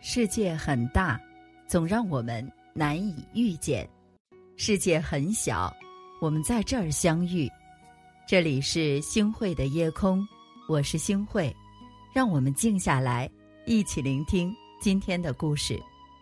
世界很大，总让我们难以遇见；世界很小，我们在这儿相遇。这里是星汇的夜空，我是星汇，让我们静下来，一起聆听今天的故事。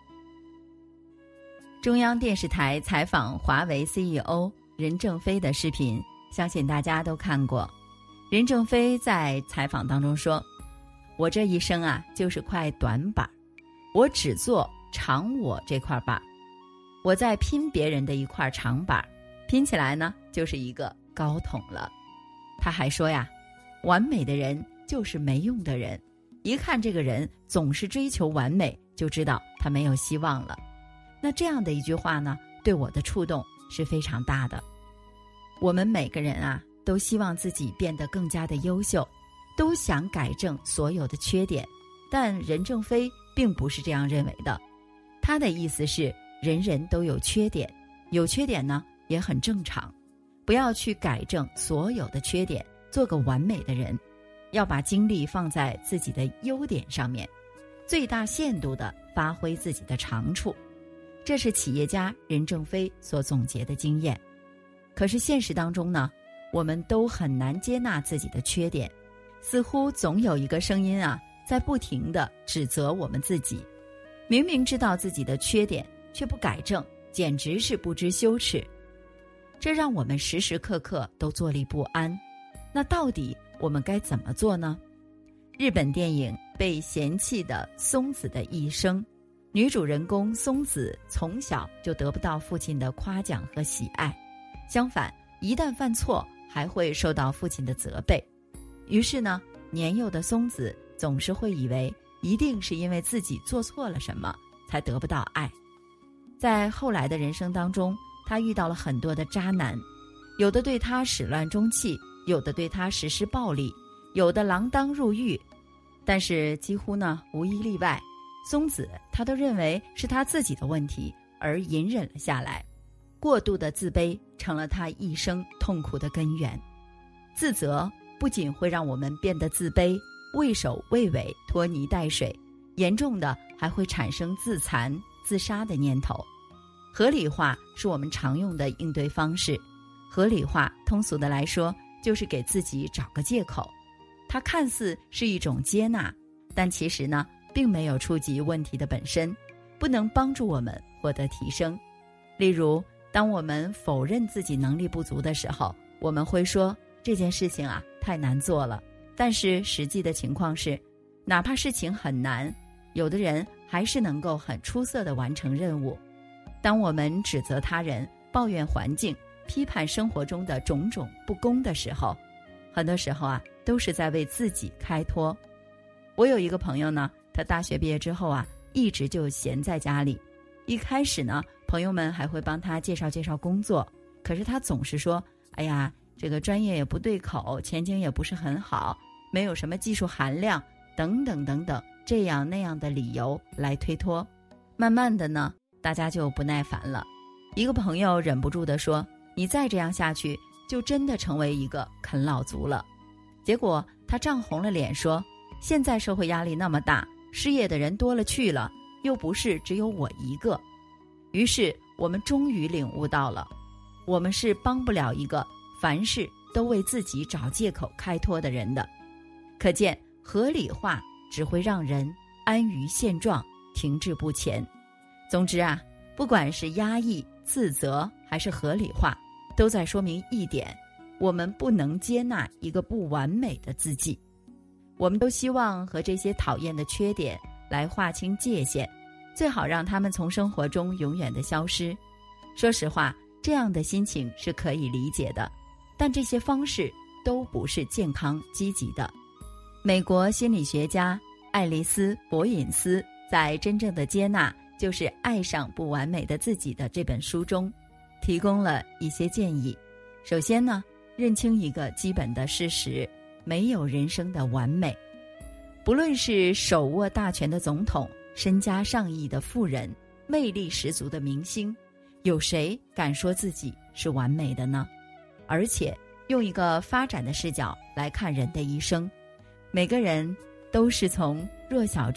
中央电视台采访华为 CEO 任正非的视频，相信大家都看过。任正非在采访当中说，我这一生啊，就是块短板，我只做长我这块板，我在拼别人的一块长板，拼起来呢，就是一个高筒了。他还说呀，完美的人就是没用的人，一看这个人总是追求完美，就知道他没有希望了。那这样的一句话呢，对我的触动是非常大的。我们每个人啊，都希望自己变得更加的优秀，都想改正所有的缺点，但任正非并不是这样认为的。他的意思是，人人都有缺点，有缺点呢也很正常，不要去改正所有的缺点，做个完美的人，要把精力放在自己的优点上面，最大限度地发挥自己的长处。这是企业家任正非所总结的经验。可是现实当中呢，我们都很难接纳自己的缺点，似乎总有一个声音啊，在不停地指责我们自己。明明知道自己的缺点，却不改正，简直是不知羞耻。这让我们时时刻刻都坐立不安。那到底我们该怎么做呢？日本电影《被嫌弃的松子的一生》，女主人公松子从小就得不到父亲的夸奖和喜爱，相反，一旦犯错还会受到父亲的责备。于是呢，年幼的松子总是会以为一定是因为自己做错了什么才得不到爱。在后来的人生当中，他遇到了很多的渣男，有的对他始乱终弃，有的对他实施暴力，有的锒铛入狱，但是几乎呢无一例外，松子他都认为是他自己的问题而隐忍了下来。过度的自卑成了他一生痛苦的根源。自责不仅会让我们变得自卑，畏首畏尾，拖泥带水，严重的还会产生自残自杀的念头。合理化是我们常用的应对方式，合理化通俗的来说，就是给自己找个借口。它看似是一种接纳，但其实呢，并没有触及问题的本身，不能帮助我们获得提升。例如，当我们否认自己能力不足的时候，我们会说这件事情啊太难做了，但是实际的情况是，哪怕事情很难，有的人还是能够很出色地完成任务。当我们指责他人，抱怨环境，批判生活中的种种不公的时候，很多时候啊，都是在为自己开脱。我有一个朋友呢，他大学毕业之后啊，一直就闲在家里。一开始呢，朋友们还会帮他介绍介绍工作，可是他总是说，哎呀，这个专业也不对口，前景也不是很好，没有什么技术含量，等等等等，这样那样的理由来推脱。慢慢的呢，大家就不耐烦了。一个朋友忍不住地说，你再这样下去，就真的成为一个啃老族了。结果他涨红了脸说，现在社会压力那么大，失业的人多了去了，又不是只有我一个。于是我们终于领悟到了，我们是帮不了一个凡事都为自己找借口开脱的人的。可见合理化只会让人安于现状，停滞不前。总之啊，不管是压抑、自责还是合理化，都在说明一点，我们不能接纳一个不完美的自己。我们都希望和这些讨厌的缺点来划清界限，最好让他们从生活中永远的消失。说实话，这样的心情是可以理解的，但这些方式都不是健康积极的。美国心理学家爱丽丝·博隐斯在《真正的接纳就是爱上不完美的自己》的这本书中，提供了一些建议。首先呢，认清一个基本的事实，没有人生的完美。不论是手握大权的总统，身家上亿的富人，魅力十足的明星，有谁敢说自己是完美的呢？而且用一个发展的视角来看人的一生，每个人都是从弱小中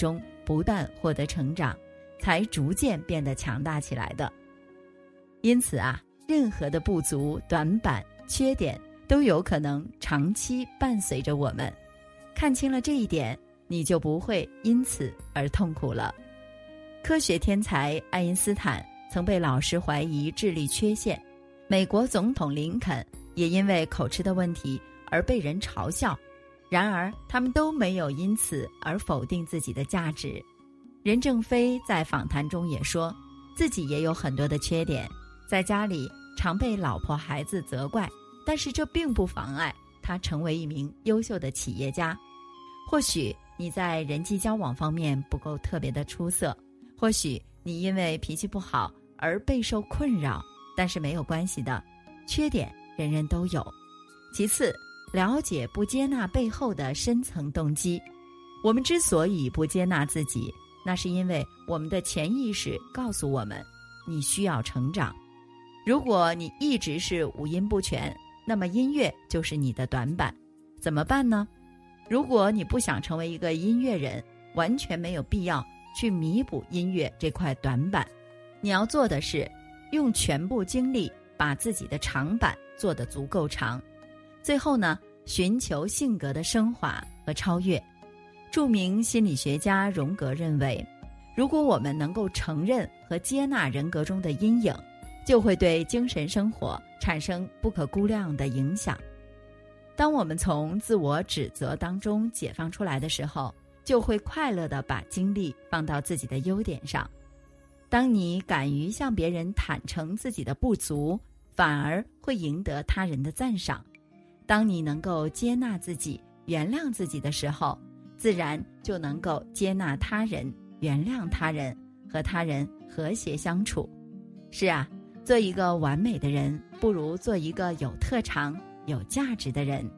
不断获得成长，才逐渐变得强大起来的。因此啊，任何的不足、短板、缺点都有可能长期伴随着我们。看清了这一点，你就不会因此而痛苦了。科学天才爱因斯坦曾被老师怀疑智力缺陷，美国总统林肯也因为口吃的问题而被人嘲笑，然而他们都没有因此而否定自己的价值。任正非在访谈中也说，自己也有很多的缺点，在家里常被老婆孩子责怪，但是这并不妨碍他成为一名优秀的企业家。或许你在人际交往方面不够特别的出色，或许你因为脾气不好而备受困扰，但是没有关系的，缺点人人都有。其次，了解不接纳背后的深层动机。我们之所以不接纳自己，那是因为我们的潜意识告诉我们，你需要成长。如果你一直是五音不全，那么音乐就是你的短板，怎么办呢？如果你不想成为一个音乐人，完全没有必要去弥补音乐这块短板。你要做的是，用全部精力把自己的长板做得足够长。最后呢，寻求性格的升华和超越。著名心理学家荣格认为，如果我们能够承认和接纳人格中的阴影，就会对精神生活产生不可估量的影响。当我们从自我指责当中解放出来的时候，就会快乐地把精力放到自己的优点上。当你敢于向别人坦诚自己的不足，反而会赢得他人的赞赏。当你能够接纳自己、原谅自己的时候，自然就能够接纳他人、原谅他人，和他人和谐相处。是啊，做一个完美的人，不如做一个有特长、有价值的人。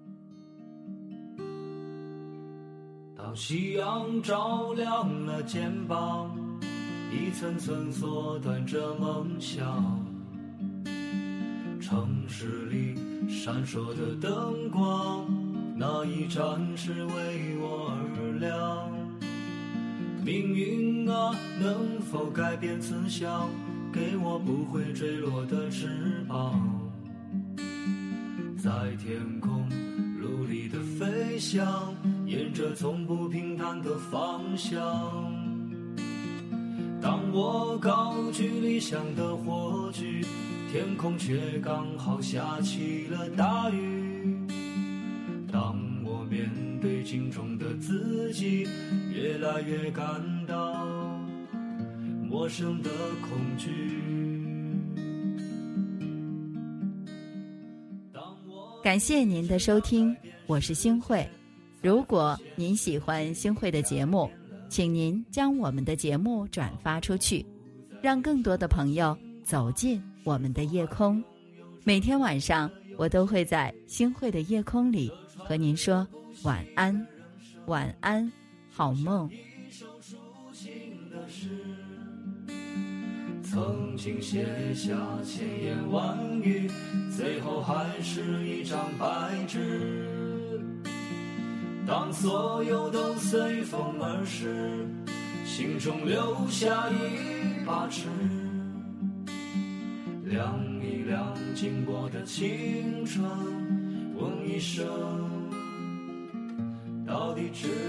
当夕阳照亮了肩膀，一层层缩短着梦想。城市里闪烁的灯光，那一盏是为我而亮。命运啊，能否改变慈祥，给我不会坠落的翅膀，在天空努力的飞翔，沿着从不平坦的方向。当我高举理想的火炬，天空却刚好下起了大雨。当我面对镜中的自己，越来越感到陌生的恐惧。 感谢您的收听，我是星慧。如果您喜欢星慧的节目，请您将我们的节目转发出去，让更多的朋友走进我们的夜空。每天晚上，我都会在星慧的夜空里和您说晚安，晚安，好梦。 曾经写下千言万语，最后还是一张白纸。当所有都随风而逝，心中留下一把尺，量一量经过的青春，问一声，到底值